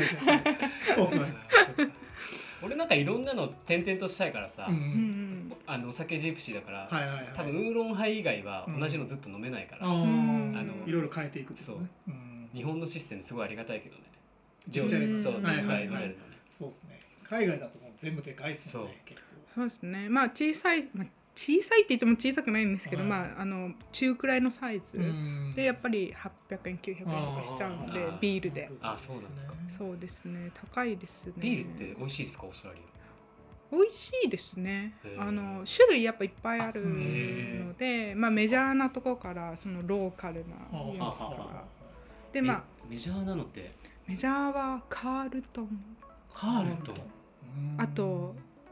俺なんかいろんなの転々としたいからさ、お酒ジプシーだから、多分ウーロンハイ以外は同じのずっと飲めないから、 いろいろ変えていくってことね。 日本のシステムすごいありがたいけどね。 そうですね。海外だともう全部でかいっすよね。 そうですね。まあ小さいって言っても小さくないんですけど、まあ中くらいのサイズでやっぱり800円900円とかしちゃうので、ビールで。 そうなんですか。 そうですね。高いですね。 ビールって美味しいですか、オーストラリア？ 美味しいですね。種類やっぱいっぱいあるので、まあメジャーなところからそのローカルなやつとかで、まあメジャーなのってメジャーはカールトン、あと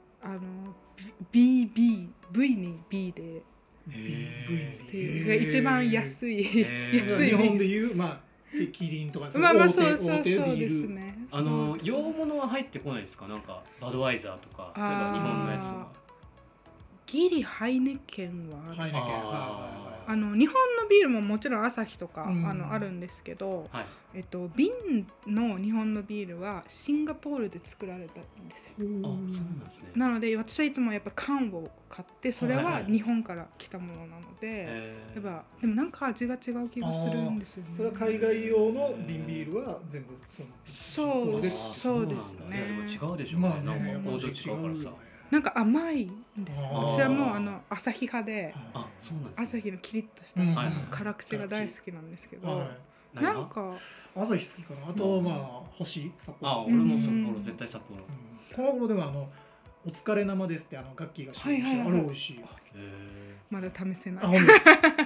V に B でっていうが一番安い日本でいうまあキリンとかそうですね。 洋物は入ってこないですか？なんかバドワイザーとか、例えば日本のやつとか。ギリハイネケンは日本のビールももちろんアサヒとかあるんですけど、瓶の日本のビールはシンガポールで作られたんですよ。 そうなんですね。 なので私はいつもやっぱ缶を買って、それは日本から来たものなので、やっぱでもなんか味が違う気がするんですよね。 それは海外用の瓶ビールは全部そうですね。 違うでしょうね。なんか工場違うからさ。 なんか甘いんですよ。私はもうアサヒ派で、アサヒのキリッとした辛口が大好きなんですけど、なんかアサヒ好きかな。あとまあ星札幌。 俺も札幌、絶対札幌。 この頃でもお疲れ生ですってガッキーが知るあれ美味しいよ。 まだ試せない。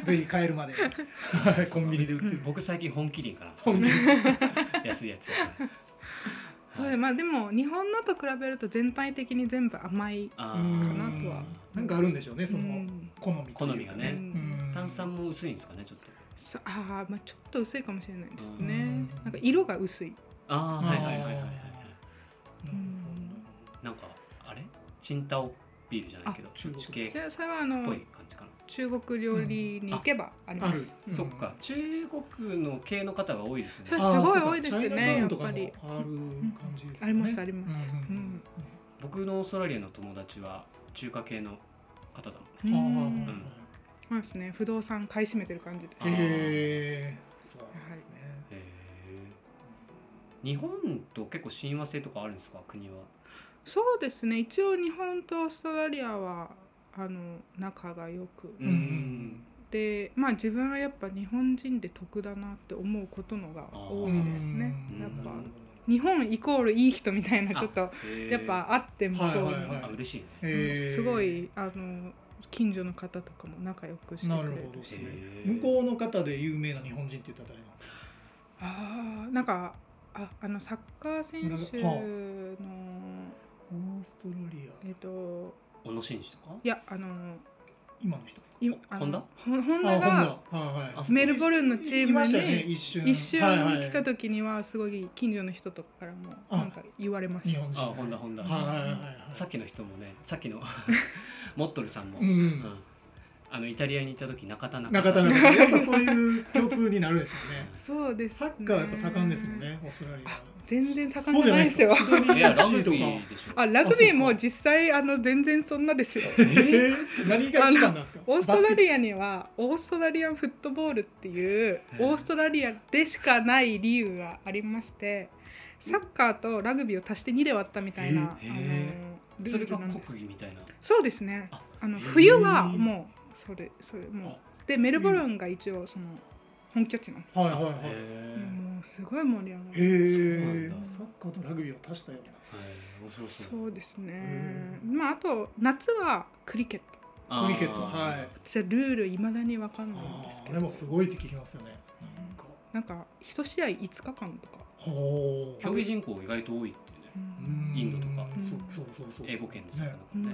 ぜひ買えるまで。コンビニで売ってる。 僕最近本麒麟かな。安いやつ。 まあでも日本のと比べると全体的に全部甘いかなとは。 なんかあるんでしょうね、その好みがね。炭酸も薄いんですかね、ちょっと。 まあちょっと薄いかもしれないですね。なんか色が薄い。 なんかあれ？チンタオビールじゃないけど、そっち系っそれはぽい感じかな。 中国料理に行けばあります。 そっか、中国の系の方が多いですね。 すごい多いですよね、やっぱり。あります。 僕のオーストラリアの友達は中華系の方だもんね。 そうですね、不動産買い占めてる感じです。 そうなんですね。 日本と結構親和性とかあるんですか、国は。 そうですね、一応日本とオーストラリアは仲が良く、で自分はやっぱ日本人で得だなって思うことのが多いですね。やっぱ日本イコールいい人みたいなちょっとやっぱあって向こうに嬉しいね、すごい近所の方とかも仲良くしてくれるし、 向こうの方で有名な日本人って言ったら誰なんですか？ サッカー選手のオーストラリア小野伸二とか。 いや今の人ですか？ ホンダがメルボルンのチームに一瞬来た時にはすごい近所の人とかからもなんか言われました。 ホンダさっきの人もね、さっきのモットルさんもイタリアに行った時中田やっぱそういう共通になるでしょうね。 そうですね。 サッカーやっぱ盛んですもんね、オーストラリア。 全然盛んじゃないですよ。 いやラグビーでしょ。 ラグビーも実際全然そんなですよ。 何が一番なんですか？ オーストラリアにはオーストラリアンフットボールっていうオーストラリアでしかないリーグがありまして、サッカーとラグビーを足して2で割ったみたいなルールなんです。 それが国技みたいな。 そうですね。冬はもうそれもうでメルボルンが一応その本拠地なんです。もうすごい盛り上がる。 サッカーとラグビーを足したような。 そうですね。あと夏はクリケット。私はルール未だに分かんないんですけど。 あれもすごいって聞きますよね。 なんか1試合5日間とか。 競技人口意外と多いってね。インドとか英語圏ですからね。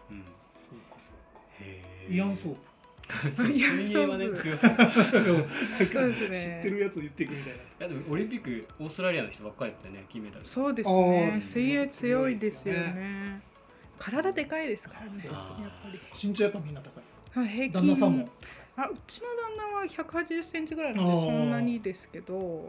イアンソープ。 水泳はね強そう。 そうですね。 知ってるやつ言っていくみたいな。 いやでもオリンピックオーストラリアの人ばっかりだったよね、金メダル。 そうですね。水泳強いですよね。体でかいですからね。やっぱり。 身長やっぱみんな高いですか？ 平均。 旦那さんも。 うちの旦那は180センチぐらいなのでそんなにですけど、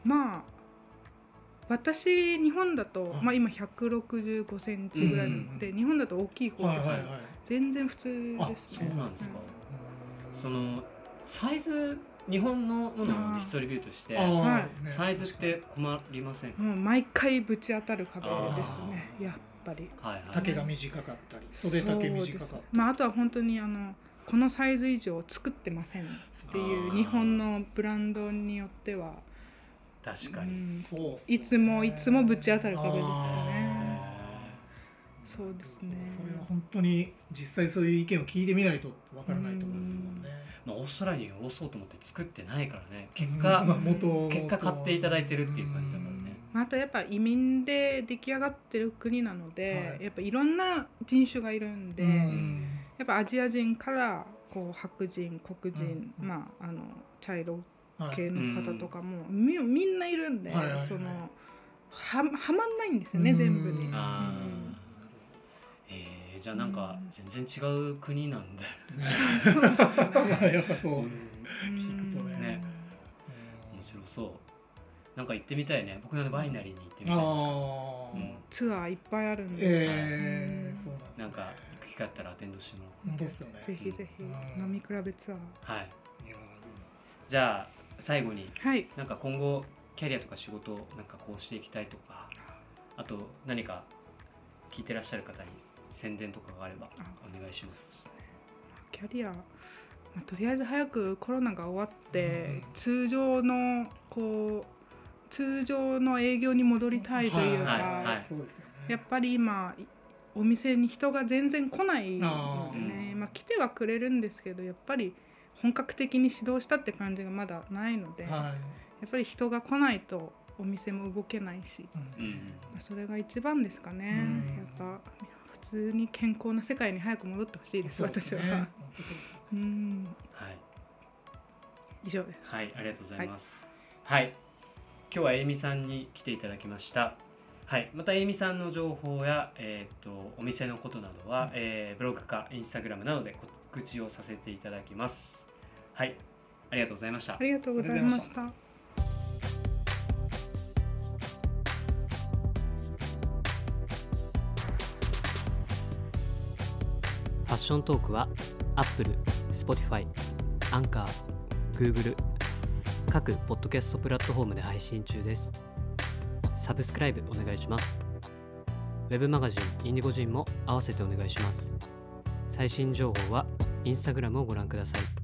私日本だと今165センチぐらいなので日本だと大きい方とか全然普通ですね。 そうなんですか。そのサイズ日本のものをディストリビュートしてサイズって困りませんか？ 毎回ぶち当たる壁ですね、やっぱり。 丈が短かったり袖丈短かったり、 あとは本当にこのサイズ以上作ってませんっていう日本のブランドによっては確かにいつもぶち当たる壁ですよね。そうですね。 それは本当に実際そういう意見を聞いてみないとわからないところですもんね。 オーストラリアを押そうと思って作ってないからね。結果買っていただいてるっていう感じだからね。 あとやっぱ移民で出来上がってる国なので、やっぱいろんな人種がいるんで、やっぱアジア人から白人、黒人、茶色系の方とかもみんないるんで、はまんないんですよね、全部に。 じゃあなんか全然違う国なんだよ。やっぱそう聞くとね。 面白そう。なんか行ってみたいね。僕のバイナリーに行ってみたい。 ツアーいっぱいあるんで。 そうなんです。なんか行く機会あったらアテンドしてもらう。 本当ですよね。 ぜひぜひ飲み比べツアー。 はい。じゃあ最後になんか今後キャリアとか仕事をなんかこうしていきたいとか、あと何か聞いてらっしゃる方に宣伝とかがあればお願いします。 キャリア、とりあえず早くコロナが終わって通常の営業に戻りたいというか、やっぱり今お店に人が全然来ないのでね、来てはくれるんですけどやっぱり本格的に指導したって感じがまだないので、やっぱり人が来ないとお店も動けないし、それが一番ですかね。やっぱ普通に健康な世界に早く戻ってほしいです、私は。はい。以上です。 はい、ありがとうございます。はい、今日はエイミさんに来ていただきました。はい、またエイミさんの情報やお店のことなどはブログかインスタグラムなどで告知をさせていただきます。はい、ありがとうございました。 ありがとうございました。 ファッショントークは Apple、Spotify、Anchor、Google 各ポッドキャストプラットフォームで配信中です。サブスクライブお願いします。ウェブマガジンインディゴジンも合わせてお願いします。最新情報はインスタグラムをご覧ください。